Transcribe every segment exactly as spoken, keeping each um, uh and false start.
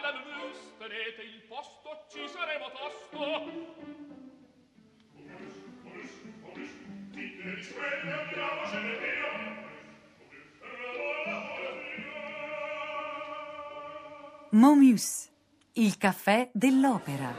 Madame Mus, tenete il posto, ci saremo tosto. Momus, il caffè dell'opera.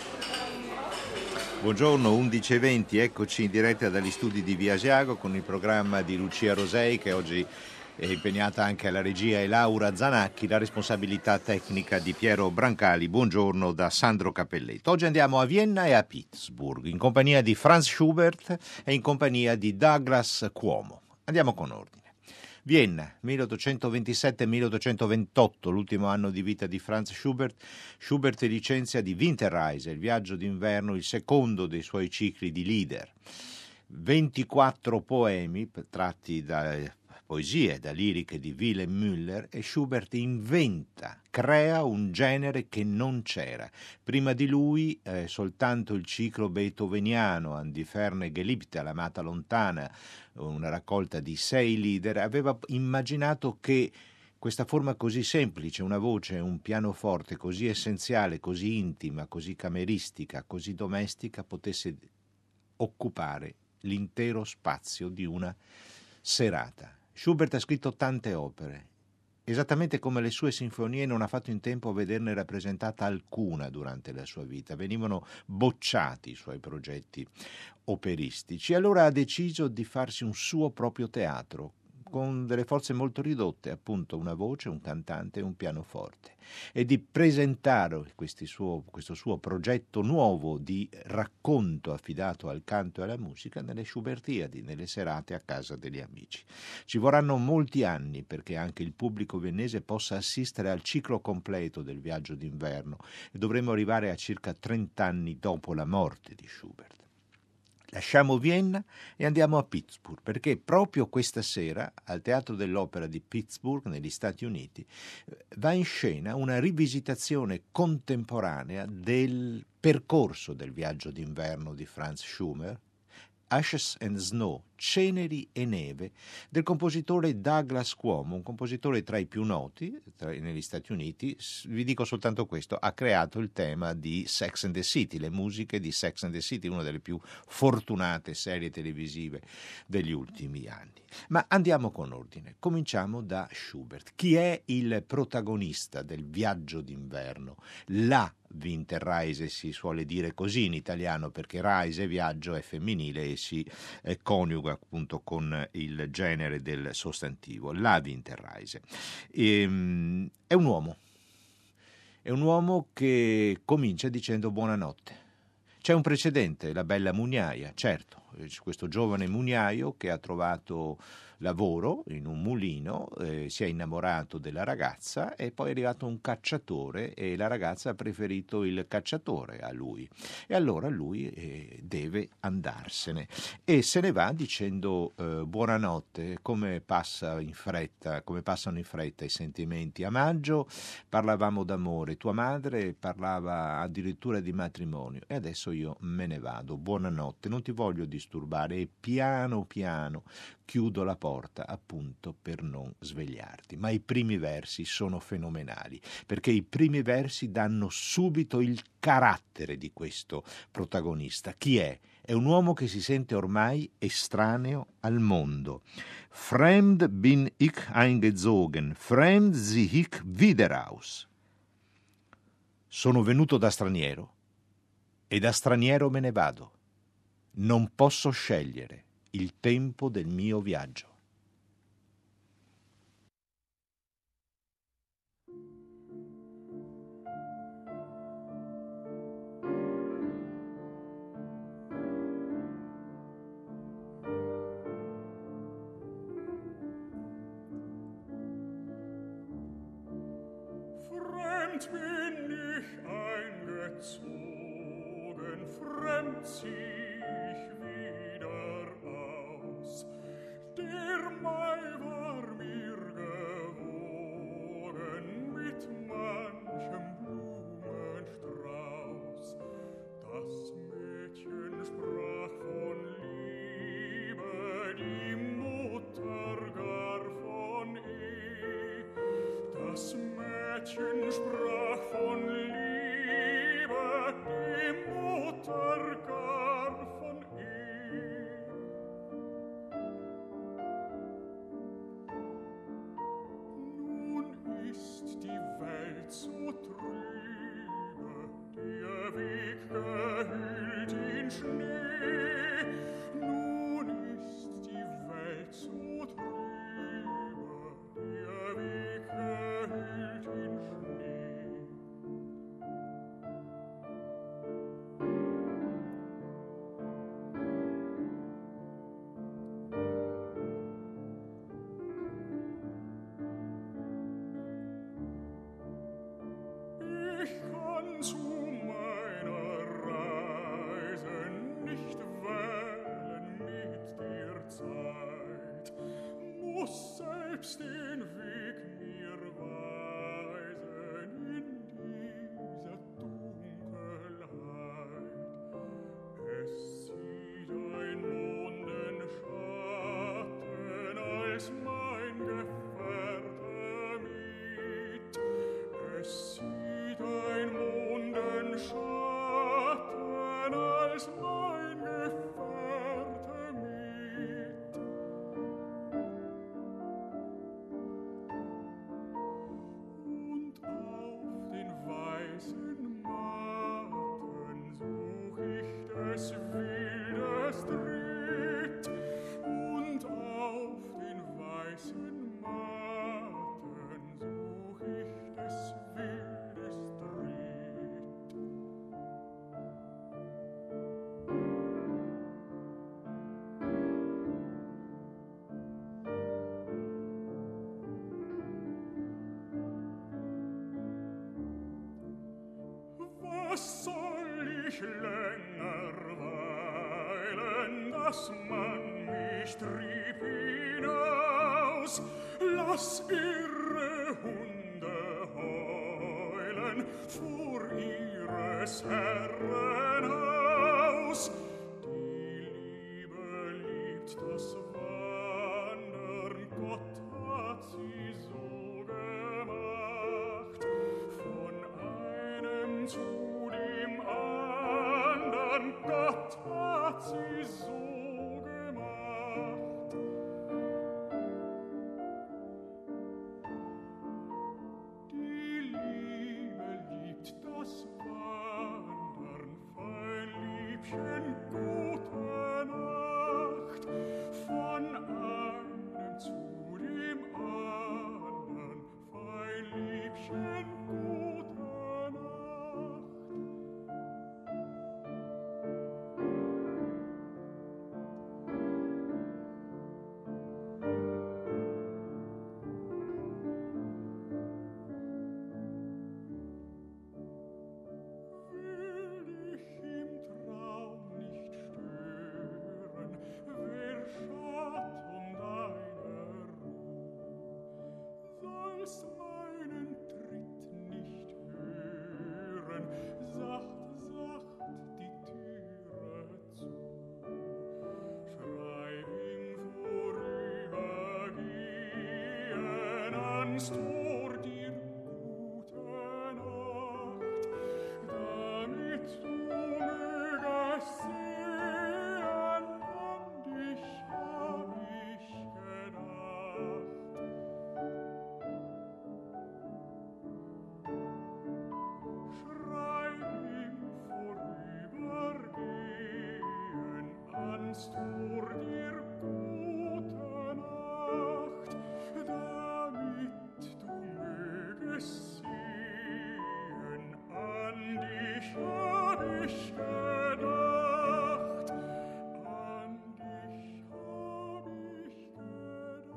Buongiorno, undici e venti, eccoci in diretta dagli studi di Via Asiago con il programma di Lucia Rosei, che oggi è impegnata anche alla regia, e Laura Zanacchi, la responsabilità tecnica di Piero Brancali. Buongiorno da Sandro Cappelletto. Oggi andiamo a Vienna e a Pittsburgh in compagnia di Franz Schubert e in compagnia di Douglas Cuomo. Andiamo con ordine. Vienna, milleottocentoventisette milleottocentoventotto, l'ultimo anno di vita di Franz Schubert. Schubert licenzia di Winterreise, il viaggio d'inverno, il secondo dei suoi cicli di Lieder. ventiquattro poemi tratti da poesie, da liriche di Wilhelm Müller, e Schubert inventa, crea un genere che non c'era. Prima di lui eh, soltanto il ciclo beethoveniano, An die ferne Geliebte, l'amata lontana, una raccolta di sei Lieder, aveva immaginato che questa forma così semplice, una voce e un pianoforte così essenziale, così intima, così cameristica, così domestica, potesse occupare l'intero spazio di una serata. Schubert ha scritto tante opere. Esattamente come le sue sinfonie, non ha fatto in tempo a vederne rappresentata alcuna durante la sua vita. Venivano bocciati i suoi progetti operistici. Allora ha deciso di farsi un suo proprio teatro, con delle forze molto ridotte, appunto una voce, un cantante e un pianoforte, e di presentare questi suo, questo suo progetto nuovo di racconto affidato al canto e alla musica nelle Schubertiadi, nelle serate a casa degli amici. Ci vorranno molti anni perché anche il pubblico viennese possa assistere al ciclo completo del viaggio d'inverno, e dovremo arrivare a circa trent'anni dopo la morte di Schubert. Lasciamo Vienna e andiamo a Pittsburgh, perché proprio questa sera al Teatro dell'Opera di Pittsburgh, negli Stati Uniti, va in scena una rivisitazione contemporanea del percorso del viaggio d'inverno di Franz Schubert, Ashes and Snow, Ceneri e neve, del compositore Douglas Cuomo, un compositore tra i più noti tra, negli Stati Uniti. Vi dico soltanto questo: ha creato il tema di Sex and the City, le musiche di Sex and the City, una delle più fortunate serie televisive degli ultimi anni. Ma andiamo con ordine, cominciamo da Schubert. Chi è il protagonista del viaggio d'inverno? La Winterreise, si suole dire così in italiano, perché Reise, viaggio, è femminile e si eh, coniuga appunto con il genere del sostantivo. La Winterreise. Ehm, è un uomo, è un uomo che comincia dicendo buonanotte. C'è un precedente, la bella mugnaia, certo, questo giovane mugnaio che ha trovato lavoro in un mulino, eh, si è innamorato della ragazza e poi è arrivato un cacciatore e la ragazza ha preferito il cacciatore a lui, e allora lui eh, deve andarsene e se ne va dicendo eh, buonanotte. Come passa in fretta, come passano in fretta i sentimenti. A maggio parlavamo d'amore, tua madre parlava addirittura di matrimonio e adesso io me ne vado, buonanotte, non ti voglio disturbare, e piano piano chiudo la porta appunto per non svegliarti. Ma i primi versi sono fenomenali, perché i primi versi danno subito il carattere di questo protagonista. Chi è? È un uomo che si sente ormai estraneo al mondo. Fremd bin ich eingezogen, fremd zieh ich wieder aus. Sono venuto da straniero e da straniero me ne vado. Non posso scegliere il tempo del mio viaggio. Fremd bin ich eingezogen, fremd zieh ich wieder aus. Der Mai war mir gewogen mit manchem Blumenstrauß. Das Mädchen sprach von Liebe, die Mutter gar von Ehe. Das Mädchen sprach Lass man mich trieb hinaus, lass irre Hunde heulen vor ihres Herren Haus. Die Liebe liebt das Wandern, Gott hat sie so gemacht. Von einem zu dem andern, Gott hat sie so gemacht. Tor dir gute Nacht, damit du mögest sehen, an dich hab ich gedacht. Schreib ihm vorübergehen, ans Tor dir gute Nacht, damit sehen, an dich hab ich gedacht, an dich hab ich gedacht.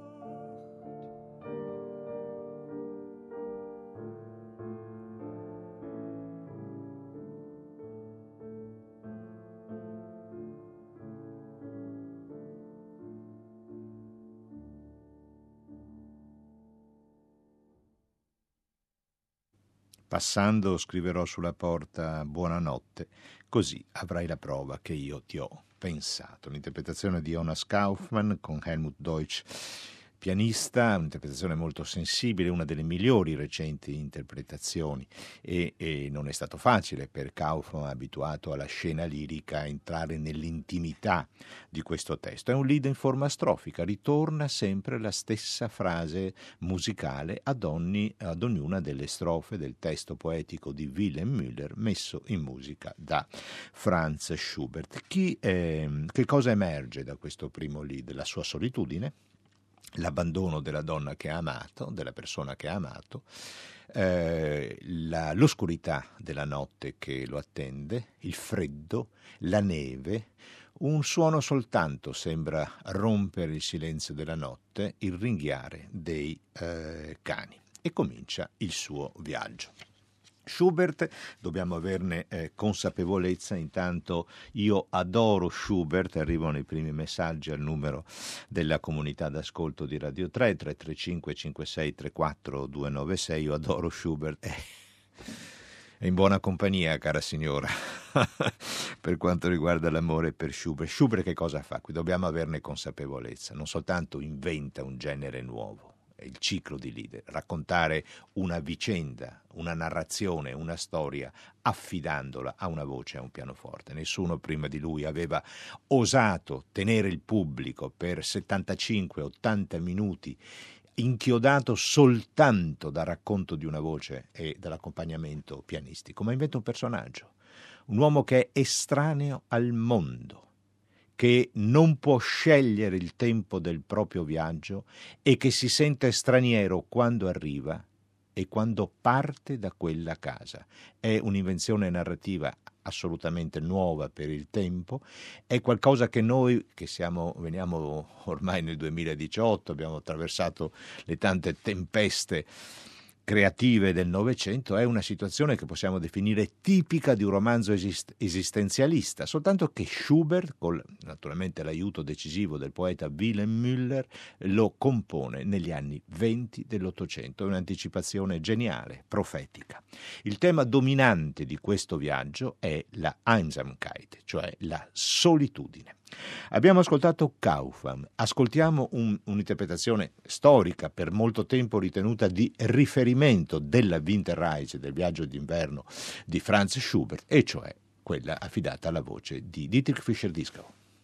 Passando scriverò sulla porta buonanotte, così avrai la prova che io ti ho pensato. L'interpretazione di Jonas Kaufmann con Helmut Deutsch pianista, un'interpretazione molto sensibile, una delle migliori recenti interpretazioni, e, e non è stato facile per Kaufmann, abituato alla scena lirica, entrare nell'intimità di questo testo. È un lied in forma strofica, ritorna sempre la stessa frase musicale ad, ogni, ad ognuna delle strofe del testo poetico di Wilhelm Müller, messo in musica da Franz Schubert. Chi, eh, che cosa emerge da questo primo lied? La sua solitudine, l'abbandono della donna che ha amato, della persona che ha amato, eh, la, l'oscurità della notte che lo attende, il freddo, la neve. Un suono soltanto sembra rompere il silenzio della notte, il ringhiare dei eh, cani. E comincia il suo viaggio. Schubert, dobbiamo averne eh, consapevolezza. Intanto io adoro Schubert, arrivano i primi messaggi al numero della comunità d'ascolto di Radio tre, tre tre cinque cinque sei tre quattro due nove sei. Io adoro Schubert, eh, è in buona compagnia, cara signora, per quanto riguarda l'amore per Schubert. Schubert che cosa fa? Qui dobbiamo averne consapevolezza, non soltanto inventa un genere nuovo, il ciclo di Lieder, raccontare una vicenda, una narrazione, una storia, affidandola a una voce, a un pianoforte. Nessuno prima di lui aveva osato tenere il pubblico per settantacinque ottanta minuti inchiodato soltanto dal racconto di una voce e dall'accompagnamento pianistico, ma inventa un personaggio, un uomo che è estraneo al mondo, che non può scegliere il tempo del proprio viaggio e che si sente straniero quando arriva e quando parte da quella casa. È un'invenzione narrativa assolutamente nuova per il tempo, è qualcosa che noi, che siamo, veniamo ormai nel duemiladiciotto, abbiamo attraversato le tante tempeste creative del Novecento, è una situazione che possiamo definire tipica di un romanzo esist- esistenzialista, soltanto che Schubert, con naturalmente l'aiuto decisivo del poeta Wilhelm Müller, lo compone negli anni venti dell'Ottocento. È un'anticipazione geniale, profetica. Il tema dominante di questo viaggio è la Einsamkeit, cioè la solitudine. Abbiamo ascoltato Kaufmann, ascoltiamo un, un'interpretazione storica per molto tempo ritenuta di riferimento della Winterreise, del viaggio d'inverno di Franz Schubert, e cioè quella affidata alla voce di Dietrich Fischer-Dieskau.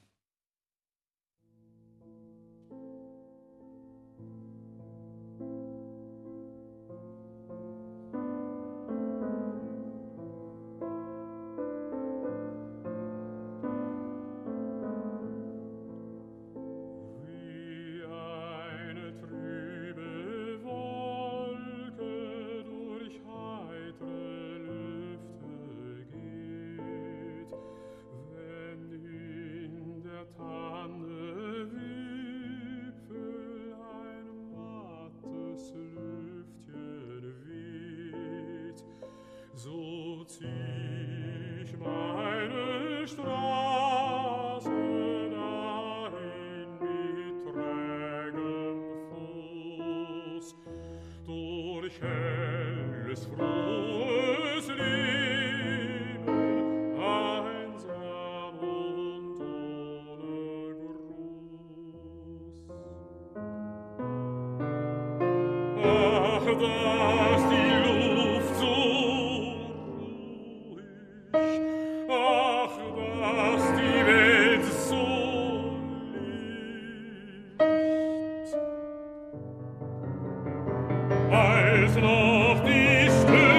So zieh ich meine Straße dahin mit trägem Fuß, durch helles, frohes Leben, einsam und ohne Gruß. Ach, dass die Luft so als noch die Stille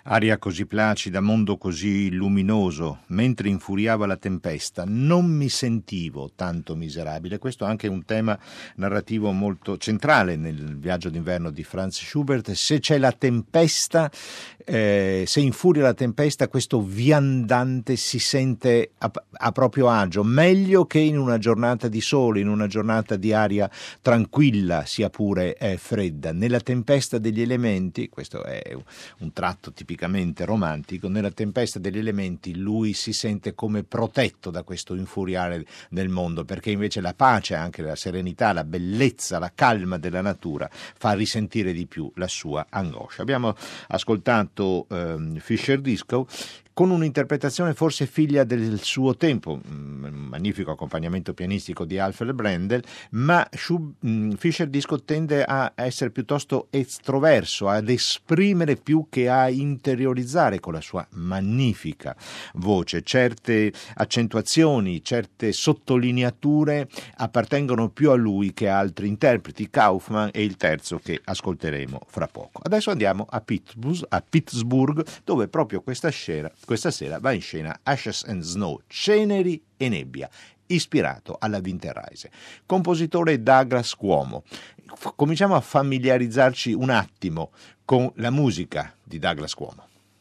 Aria così placida, mondo così luminoso, mentre infuriava la tempesta, non mi sentivo tanto miserabile. Questo è anche un tema narrativo molto centrale nel Viaggio d'inverno di Franz Schubert. Se c'è la tempesta, eh, se infuria la tempesta, questo viandante si sente a, a proprio agio, meglio che in una giornata di sole, in una giornata di aria tranquilla, sia pure eh, fredda. Nella tempesta degli elementi, questo è un tratto tipicamente romantico, nella tempesta degli elementi lui si sente come protetto da questo infuriare del mondo, perché invece la pace, anche la serenità, la bellezza, la calma della natura fa risentire di più la sua angoscia. Abbiamo ascoltato ehm, Fischer Disco con un'interpretazione forse figlia del suo tempo, un magnifico accompagnamento pianistico di Alfred Brendel, ma Schub- Fischer Disco tende a essere piuttosto estroverso, ad esprimere più che a interiorizzare con la sua magnifica voce. Certe accentuazioni, certe sottolineature appartengono più a lui che a altri interpreti, Kaufmann e il terzo che ascolteremo fra poco. Adesso andiamo a Pittsburgh, a Pittsburgh dove proprio questa sera Questa sera va in scena Ashes and Snow, Ceneri e nebbia, ispirato alla Winterreise. Compositore Douglas Cuomo. F- cominciamo a familiarizzarci un attimo con la musica di Douglas Cuomo.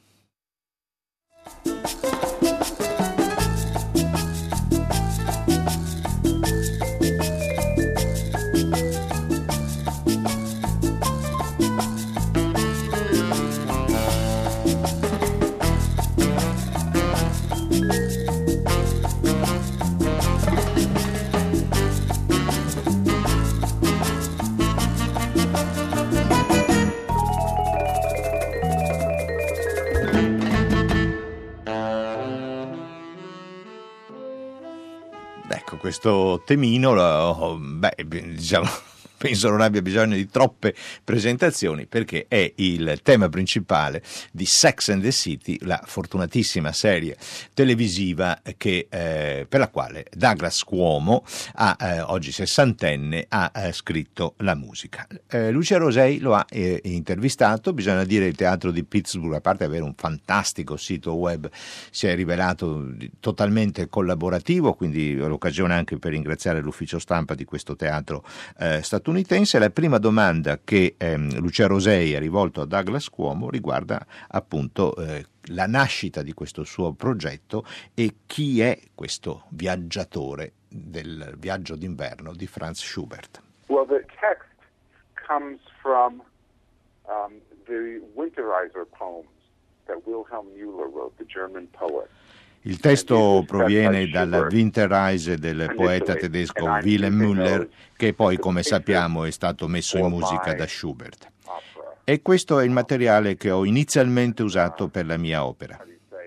Ecco, questo temino, beh, diciamo, penso non abbia bisogno di troppe presentazioni, perché è il tema principale di Sex and the City, la fortunatissima serie televisiva che, eh, per la quale Douglas Cuomo, ha, eh, oggi sessantenne, ha eh, scritto la musica. Eh, Lucia Rosei lo ha eh, intervistato. Bisogna dire il teatro di Pittsburgh, a parte avere un fantastico sito web, si è rivelato totalmente collaborativo, quindi l'occasione anche per ringraziare l'ufficio stampa di questo teatro eh, statunitense. La prima domanda che ehm, Lucia Rosei ha rivolto a Douglas Cuomo riguarda appunto eh, la nascita di questo suo progetto e chi è questo viaggiatore del Viaggio d'inverno di Franz Schubert. Well, the text comes from um, the Winterreise poems that Wilhelm Müller wrote, the German poet. Il testo proviene dalla Winterreise del poeta tedesco Wilhelm Müller, che poi, come sappiamo, è stato messo in musica da Schubert. E questo è il materiale che ho inizialmente usato per la mia opera.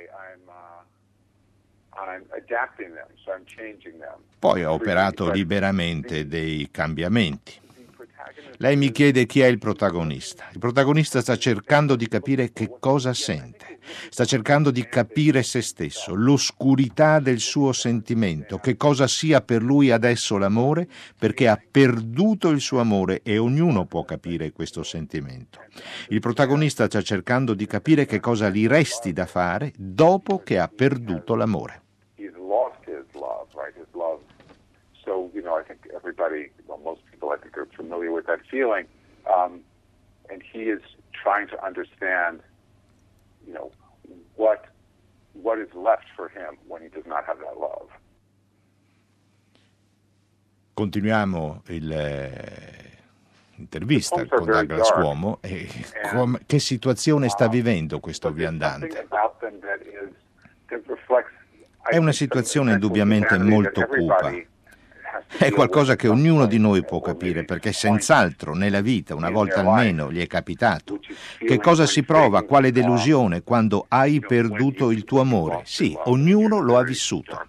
Poi ho operato liberamente dei cambiamenti. Lei mi chiede chi è il protagonista. Il protagonista sta cercando di capire che cosa sente, sta cercando di capire se stesso, l'oscurità del suo sentimento, che cosa sia per lui adesso l'amore, perché ha perduto il suo amore e ognuno può capire questo sentimento. Il protagonista sta cercando di capire che cosa gli resti da fare dopo che ha perduto l'amore. So, you know, I think everybody, well, most people I think are familiar with that feeling. Um, and he is trying to understand, you know, what what is left for him when he does not have that love. Continuiamo l'intervista con Douglas Cuomo e com- che situazione sta vivendo questo viandante. È una situazione indubbiamente molto cupa. È qualcosa che ognuno di noi può capire, perché senz'altro nella vita, una volta almeno, gli è capitato. Che cosa si prova, quale delusione quando hai perduto il tuo amore? Sì, ognuno lo ha vissuto.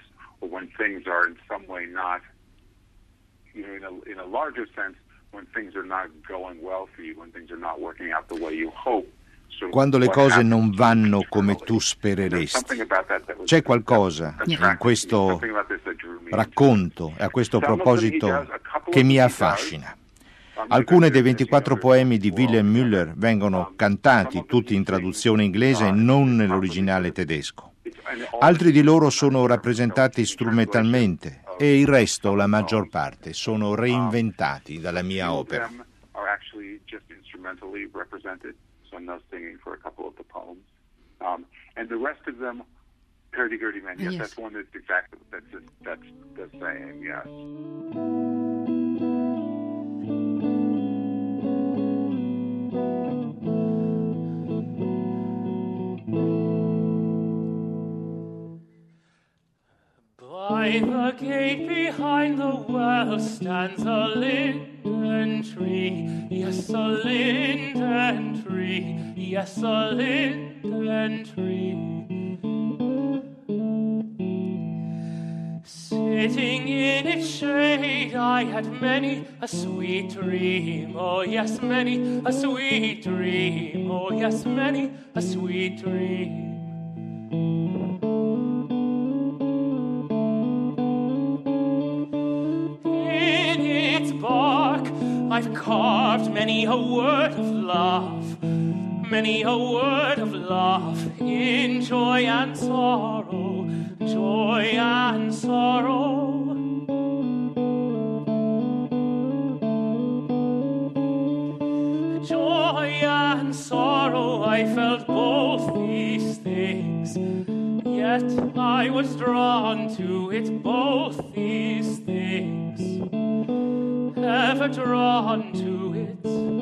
Quando le cose non vanno come tu spereresti. C'è qualcosa in questo racconto e a questo proposito che mi affascina. Alcuni dei ventiquattro poemi di Wilhelm Müller vengono cantati, tutti in traduzione inglese e non nell'originale tedesco. Altri di loro sono rappresentati strumentalmente e il resto, la maggior parte, sono reinventati dalla mia opera. Hurdy-gurdy men, yes, Yes. that's one that's exactly, that's just, that's the saying, yes. By the gate behind the well stands a linden tree. Yes, a linden tree. Yes, a linden tree. Sitting in its shade, I had many a sweet dream. Oh, yes, many a sweet dream. Oh, yes, many a sweet dream. In its bark, I've carved many a word of love, many a word of love, in joy and sorrow, joy and sorrow. Joy and sorrow, I felt both these things, yet I was drawn to it, both these things, ever drawn to it.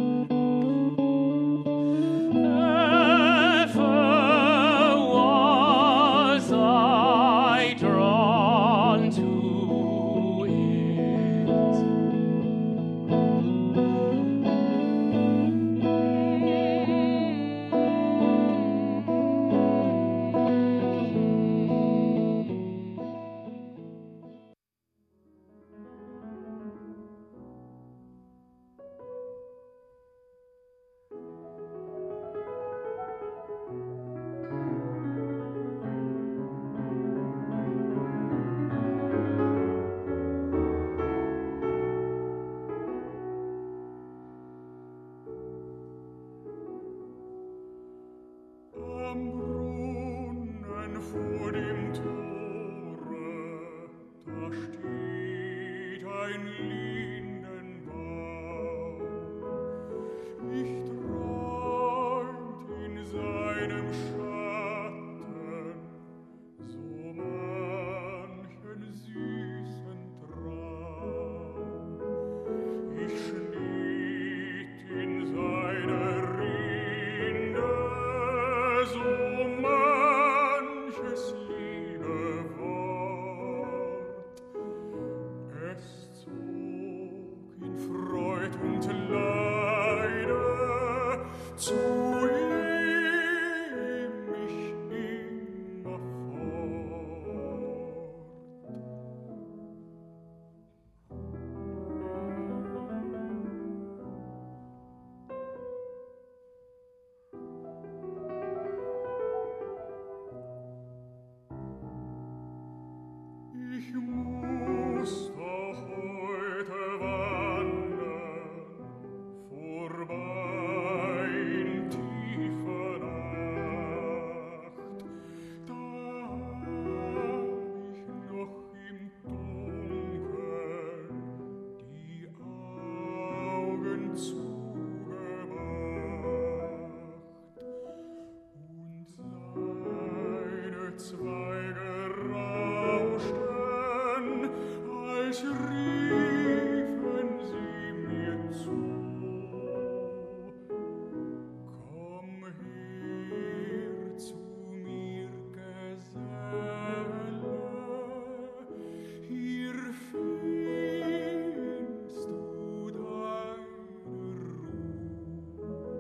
Am Brunnen vor dem Tore, da steht ein Lindenbaum. Ich träumt in seinem Schatten so manchen süßen Traum. Ich schnitt in seiner Rinde so manches liebe Wort. Es zog in Freud und Leide zu ihm mich immer fort. Ich muss doch heute wandern, vorbei in tiefe Nacht. Da ich noch im Dunkeln die Augen zugemacht und seine Zweige rauschten, als riefen sie mir zu. Komm her zu mir, Geselle, hier findest du deine Ruhe.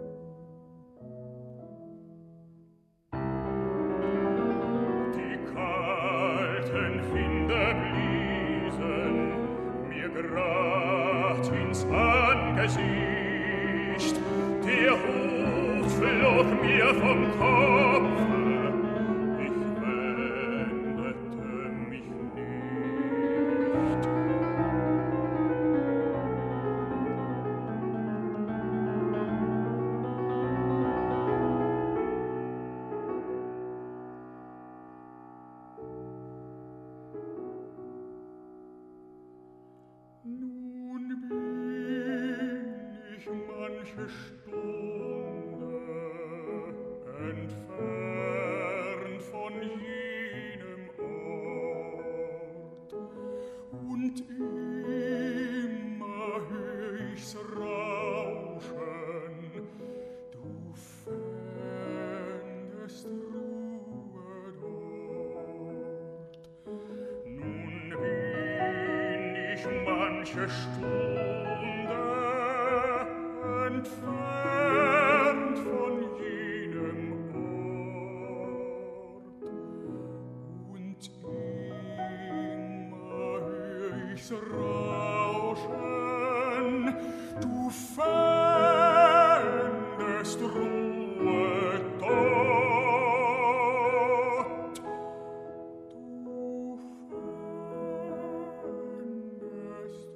Die kalten Winde bliesen mir grad ins Angesicht, der Hut flog mir vom Kopfe, ich wendete mich nicht. manche Stunde entfernt von jenem Ort, und immer hör ich's rauschen, du fändest Ruhe dort. Du fändest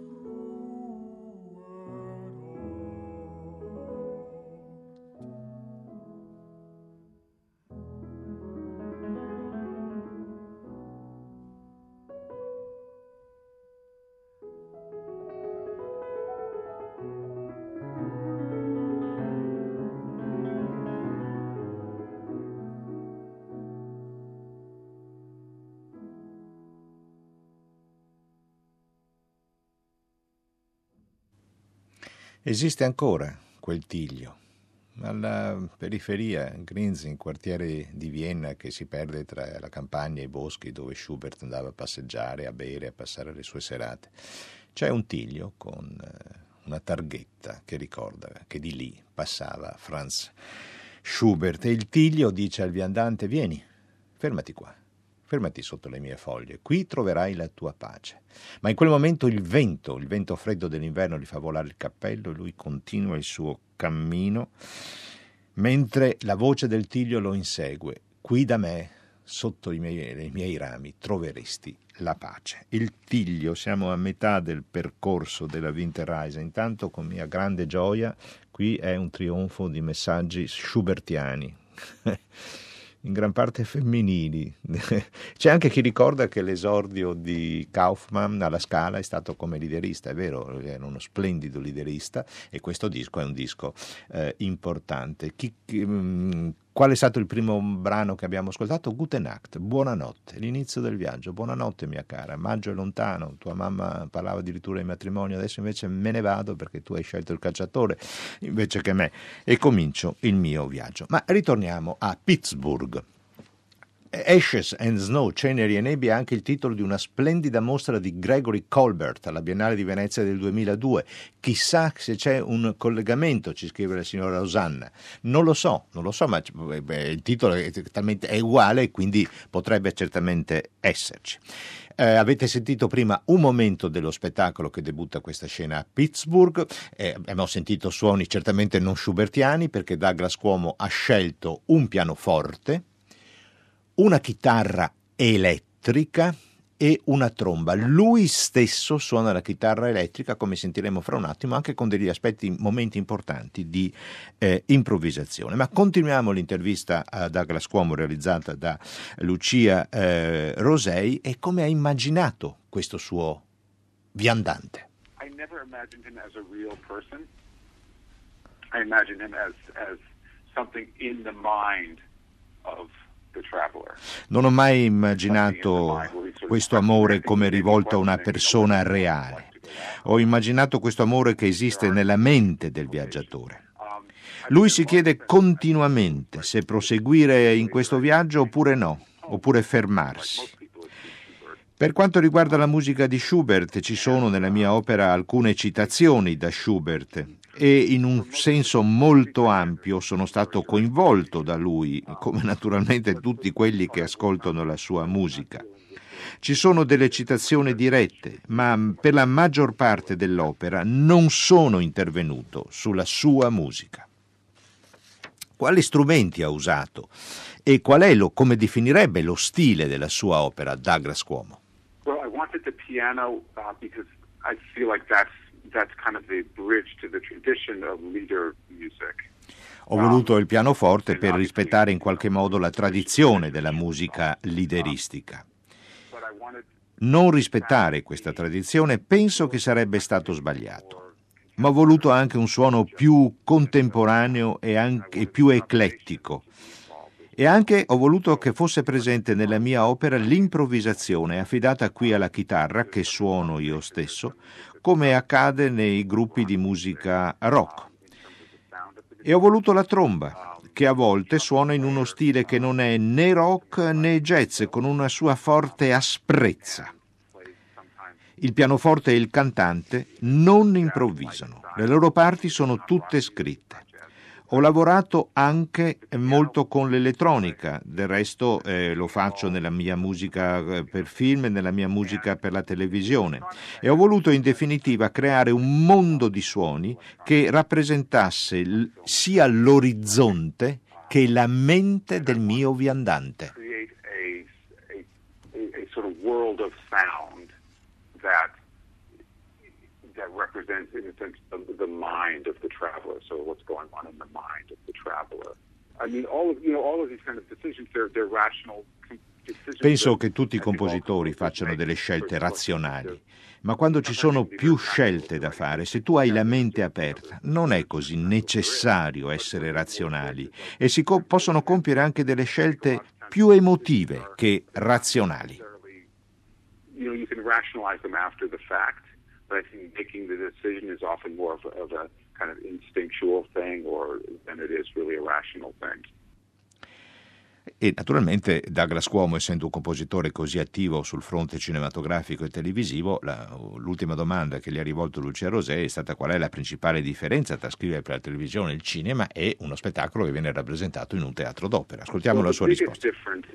Esiste ancora quel Tiglio, alla periferia, Grinzing, quartiere di Vienna che si perde tra la campagna e i boschi dove Schubert andava a passeggiare, a bere, a passare le sue serate. C'è un Tiglio con una targhetta che ricorda che di lì passava Franz Schubert, e il Tiglio dice al viandante: vieni, fermati qua. Fermati sotto le mie foglie, qui troverai la tua pace. Ma in quel momento il vento, il vento freddo dell'inverno gli fa volare il cappello e lui continua il suo cammino, mentre la voce del Tiglio lo insegue. Qui da me, sotto i miei, i miei rami, troveresti la pace. Il Tiglio, siamo a metà del percorso della Winterreise. Intanto, con mia grande gioia, qui è un trionfo di messaggi schubertiani. In gran parte femminili. C'è anche chi ricorda che l'esordio di Kaufmann alla Scala è stato come liderista, è vero, era uno splendido liderista, e questo disco è un disco eh, importante. Chi, chi, mh, qual è stato il primo brano che abbiamo ascoltato? Gute Nacht, buonanotte, l'inizio del viaggio. Buonanotte mia cara, maggio è lontano, tua mamma parlava addirittura di matrimonio, adesso invece me ne vado perché tu hai scelto il cacciatore invece che me, e comincio il mio viaggio. Ma ritorniamo a Pittsburgh. Ashes and Snow, Ceneri e Nebbie è anche il titolo di una splendida mostra di Gregory Colbert alla Biennale di Venezia del duemiladue. Chissà se c'è un collegamento, ci scrive la signora Rosanna. Non lo so, non lo so, ma beh, il titolo è, talmente, è uguale, quindi potrebbe certamente esserci. Eh, avete sentito prima un momento dello spettacolo che debutta questa scena a Pittsburgh. Eh, abbiamo sentito suoni certamente non schubertiani, perché Douglas Cuomo ha scelto un pianoforte, una chitarra elettrica e una tromba. Lui stesso suona la chitarra elettrica, come sentiremo fra un attimo, anche con degli aspetti, momenti importanti di eh, improvvisazione. Ma continuiamo l'intervista a Douglas Cuomo realizzata da Lucia eh, Rosei, e come ha immaginato questo suo viandante. I never imagined him as a real person. I imagined him as as something in the mind of Non ho mai immaginato questo amore come rivolto a una persona reale. Ho immaginato questo amore che esiste nella mente del viaggiatore. Lui si chiede continuamente se proseguire in questo viaggio oppure no, oppure fermarsi. Per quanto riguarda la musica di Schubert, ci sono nella mia opera alcune citazioni da Schubert, e in un senso molto ampio sono stato coinvolto da lui, come naturalmente tutti quelli che ascoltano la sua musica. Ci sono delle citazioni dirette, ma per la maggior parte dell'opera non sono intervenuto sulla sua musica. Quali strumenti ha usato e qual è lo, come definirebbe lo stile della sua opera, Douglas Cuomo? Well, I wanted the piano uh, because I feel like that's that's kind of the bridge to the tradition of lieder music. Ho voluto il pianoforte per rispettare in qualche modo la tradizione della musica lideristica. Non rispettare questa tradizione penso che sarebbe stato sbagliato, ma ho voluto anche un suono più contemporaneo e anche più eclettico. E anche ho voluto che fosse presente nella mia opera l'improvvisazione affidata qui alla chitarra, che suono io stesso, come accade nei gruppi di musica rock. E ho voluto la tromba, che a volte suona in uno stile che non è né rock né jazz, con una sua forte asprezza. Il pianoforte e il cantante non improvvisano, le loro parti sono tutte scritte. Ho lavorato anche molto con l'elettronica, del resto eh, lo faccio nella mia musica per film e nella mia musica per la televisione, e ho voluto in definitiva creare un mondo di suoni che rappresentasse l- sia l'orizzonte che la mente del mio viandante. Create a, a, a sort of world of sound that that represents, in a sense, the, the mind of the traveler. So what's going on in the mind of the traveler? I mean, all of you know, all of these kind of decisions, they're they're rational decisions. Penso che tutti i compositori facciano delle scelte razionali, ma quando ci sono più scelte da fare, se tu hai la mente aperta, non è così necessario essere razionali e si co- possono compiere anche delle scelte più emotive che razionali. You know, you can rationalize them after the fact. But I think making the decision is often more of a, of a kind of instinctual thing or than it is really a rational thing. E naturalmente Douglas Cuomo, essendo un compositore così attivo sul fronte cinematografico e televisivo, la, l'ultima domanda che gli ha rivolto Lucia Rosei è stata: qual è la principale differenza tra scrivere per la televisione e il cinema e uno spettacolo che viene rappresentato in un teatro d'opera? Ascoltiamo well, la sua risposta.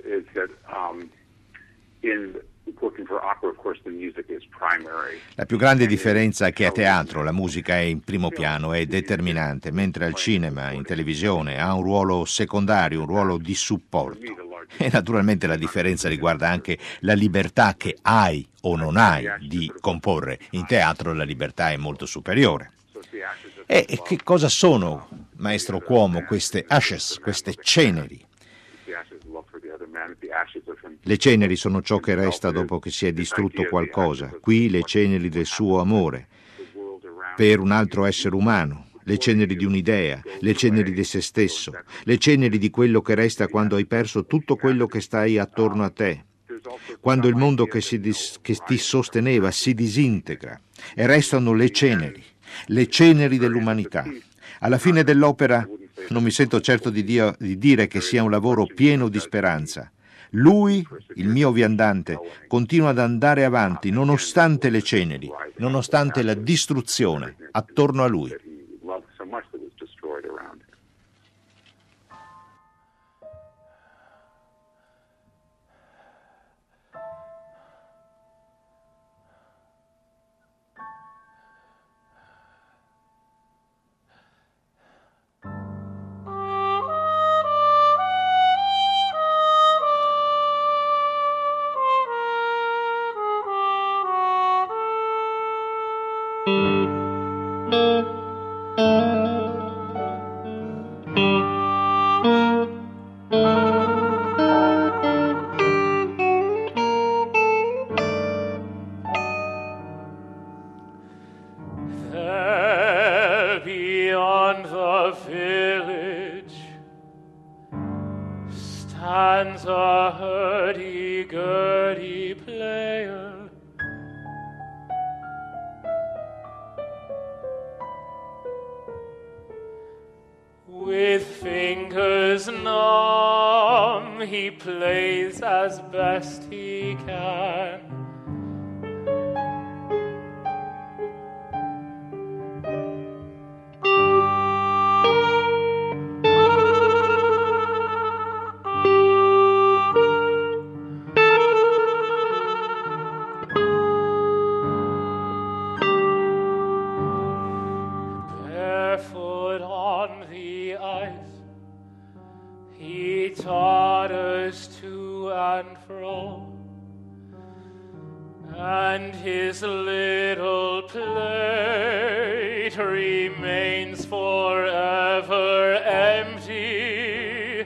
La più grande differenza è che a teatro la musica è in primo piano, è determinante, mentre al cinema, in televisione, ha un ruolo secondario, un ruolo di supporto. E naturalmente la differenza riguarda anche la libertà che hai o non hai di comporre. In teatro la libertà è molto superiore. E che cosa sono, maestro Cuomo, queste ashes, queste ceneri? Le ceneri sono ciò che resta dopo che si è distrutto qualcosa. Qui le ceneri del suo amore per un altro essere umano, le ceneri di un'idea, le ceneri di se stesso, le ceneri di quello che resta quando hai perso tutto quello che stai attorno a te, quando il mondo che, si dis- che ti sosteneva si disintegra e restano le ceneri, le ceneri dell'umanità. Alla fine dell'opera non mi sento certo di, dia- di dire che sia un lavoro pieno di speranza. Lui, il mio viandante, continua ad andare avanti nonostante le ceneri, nonostante la distruzione attorno a lui. There beyond the village stands a hurdy-gurdy player. With fingers numb, he plays as best he can. Barefoot on the ice, he totters to and fro, and his little plate remains forever empty.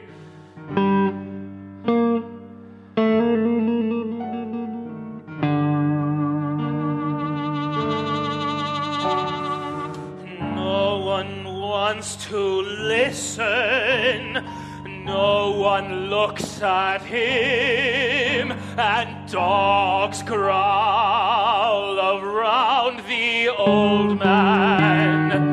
No one wants to listen. No one looks at him, and dogs growl around the old man.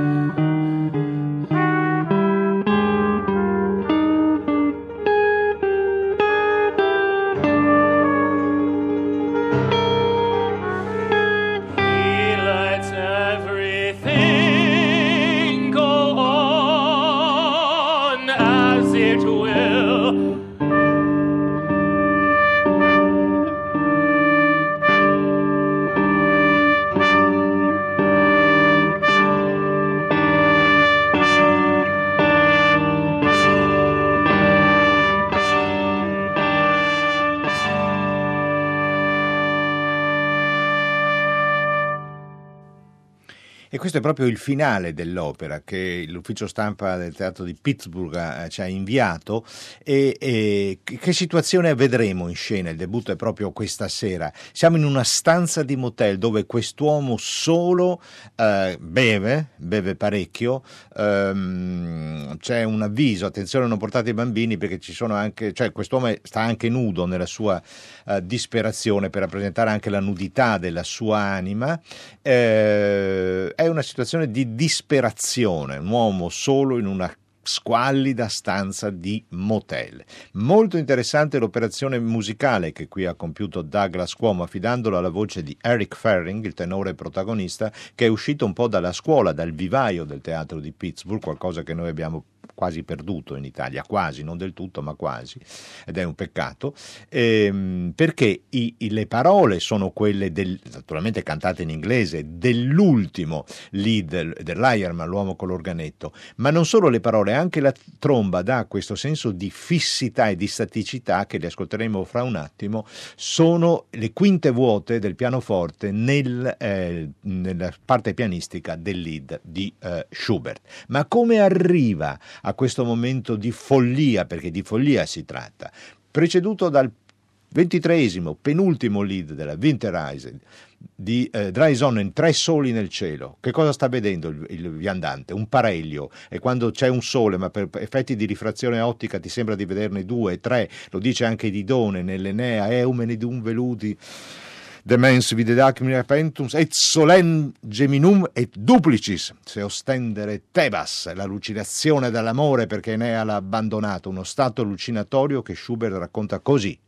E questo è proprio il finale dell'opera che l'ufficio stampa del teatro di Pittsburgh eh, ci ha inviato. E, e che situazione vedremo in scena? Il debutto è proprio questa sera. Siamo in una stanza di motel dove quest'uomo solo eh, beve, beve parecchio. Ehm, c'è un avviso: attenzione, non portate i bambini, perché ci sono anche, cioè quest'uomo sta anche nudo nella sua eh, disperazione, per rappresentare anche la nudità della sua anima. Eh, è una situazione di disperazione, un uomo solo in una squallida stanza di motel. Molto interessante l'operazione musicale che qui ha compiuto Douglas Cuomo, affidandolo alla voce di Eric Ferring, il tenore protagonista, che è uscito un po' dalla scuola, dal vivaio del teatro di Pittsburgh, qualcosa che noi abbiamo quasi perduto in Italia, quasi, non del tutto ma quasi, ed è un peccato, ehm, perché i, i, le parole sono quelle del, naturalmente cantate in inglese, dell'ultimo lead dell'Ironman, l'uomo con l'organetto, ma non solo le parole, anche la tromba dà questo senso di fissità e di staticità, che li ascolteremo fra un attimo. Sono le quinte vuote del pianoforte nel, eh, nella parte pianistica del lead di eh, Schubert. Ma come arriva a questo momento di follia, perché di follia si tratta, preceduto dal ventitreesimo, penultimo lead della Winterreise di eh, Dreisonne, Tre soli nel cielo. Che cosa sta vedendo il, il viandante? Un pareglio, e quando c'è un sole, ma per effetti di rifrazione ottica ti sembra di vederne due, tre, lo dice anche Didone nell'Enea, eumeni dum veludi de mens videdac mirapentum et solem geminum et duplicis, se ostendere Tebas, la lucidazione dall'amore perché Enea l'ha abbandonato, uno stato allucinatorio che Schubert racconta così.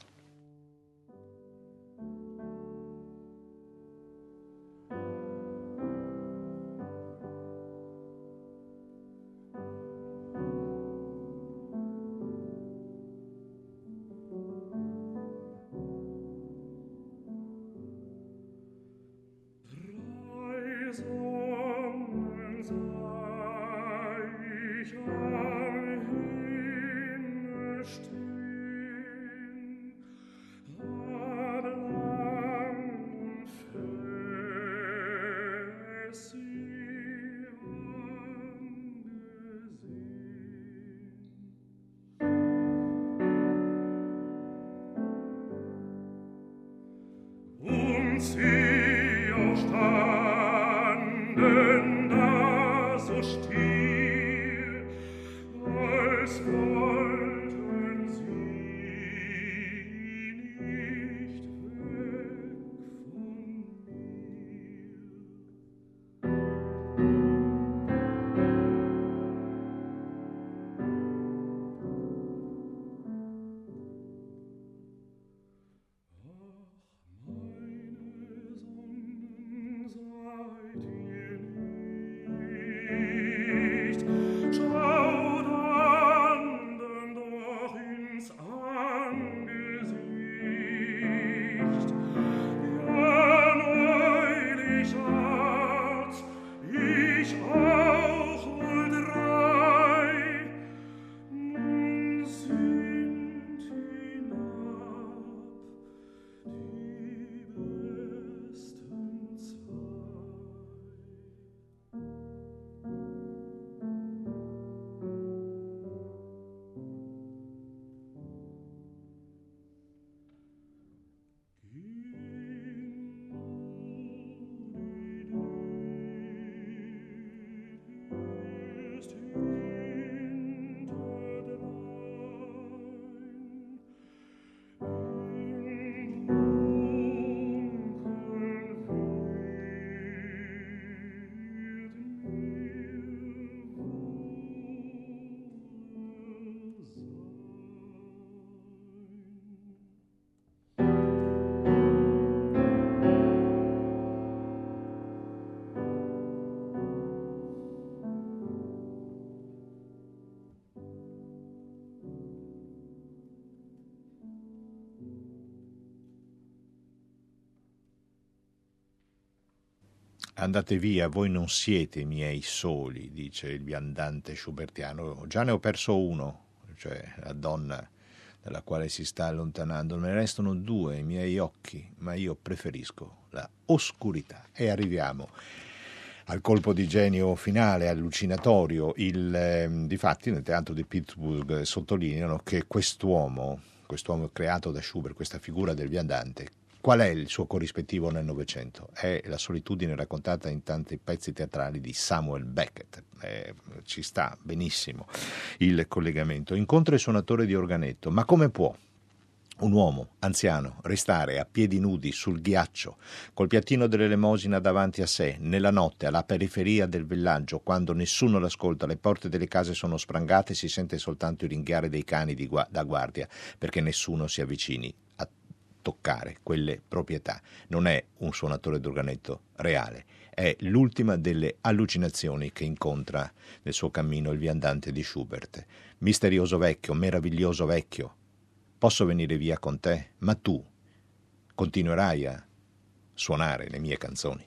Andate via, voi non siete miei soli, dice il viandante schubertiano. Già ne ho perso uno, cioè la donna dalla quale si sta allontanando. Me ne restano due, i miei occhi, ma io preferisco la oscurità. E arriviamo al colpo di genio finale, allucinatorio. Il, eh, difatti nel teatro di Pittsburgh sottolineano che quest'uomo, quest'uomo creato da Schubert, questa figura del viandante, qual è il suo corrispettivo nel Novecento? È la solitudine raccontata in tanti pezzi teatrali di Samuel Beckett. Eh, ci sta benissimo il collegamento. Incontra il suonatore di organetto, ma come può un uomo anziano restare a piedi nudi sul ghiaccio, col piattino dell'elemosina davanti a sé, nella notte, alla periferia del villaggio, quando nessuno l'ascolta, le porte delle case sono sprangate e si sente soltanto il ringhiare dei cani di gu- da guardia, perché nessuno si avvicini a toccare quelle proprietà. Non è un suonatore d'organetto reale, è l'ultima delle allucinazioni che incontra nel suo cammino il viandante di Schubert. Misterioso vecchio, meraviglioso vecchio, posso venire via con te, ma tu continuerai a suonare le mie canzoni.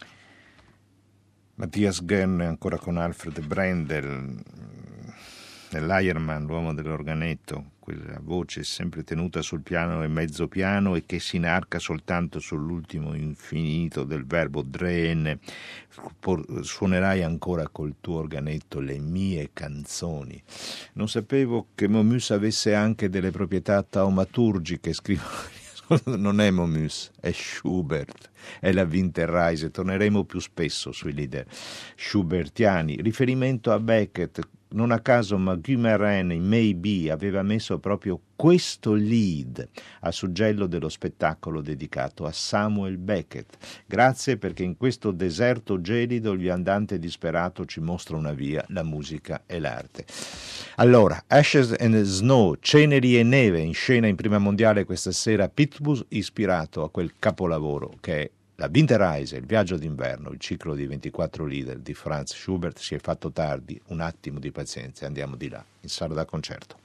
Matthias Gern ancora con Alfred Brendel, nell'Ironman, l'uomo dell'organetto, quella voce sempre tenuta sul piano e mezzo piano e che si inarca soltanto sull'ultimo infinito del verbo drehen. Suonerai ancora col tuo organetto le mie canzoni. Non sapevo che Momus avesse anche delle proprietà taumaturgiche, scrivo. Non è Momus, è Schubert, è la Winterreise. Torneremo più spesso sui leader schubertiani. Riferimento a Beckett, non a caso Maguire in Maybe aveva messo proprio questo lead a suggello dello spettacolo dedicato a Samuel Beckett. Grazie, perché in questo deserto gelido il viandante disperato ci mostra una via, la musica e l'arte. Allora, Ashes and Snow, Ceneri e neve, in scena in Prima Mondiale questa sera, Pitbus, ispirato a quel capolavoro che è la Winterreise, il viaggio d'inverno, il ciclo di ventiquattro leader di Franz Schubert. Si è fatto tardi, un attimo di pazienza, andiamo di là, in sala da concerto.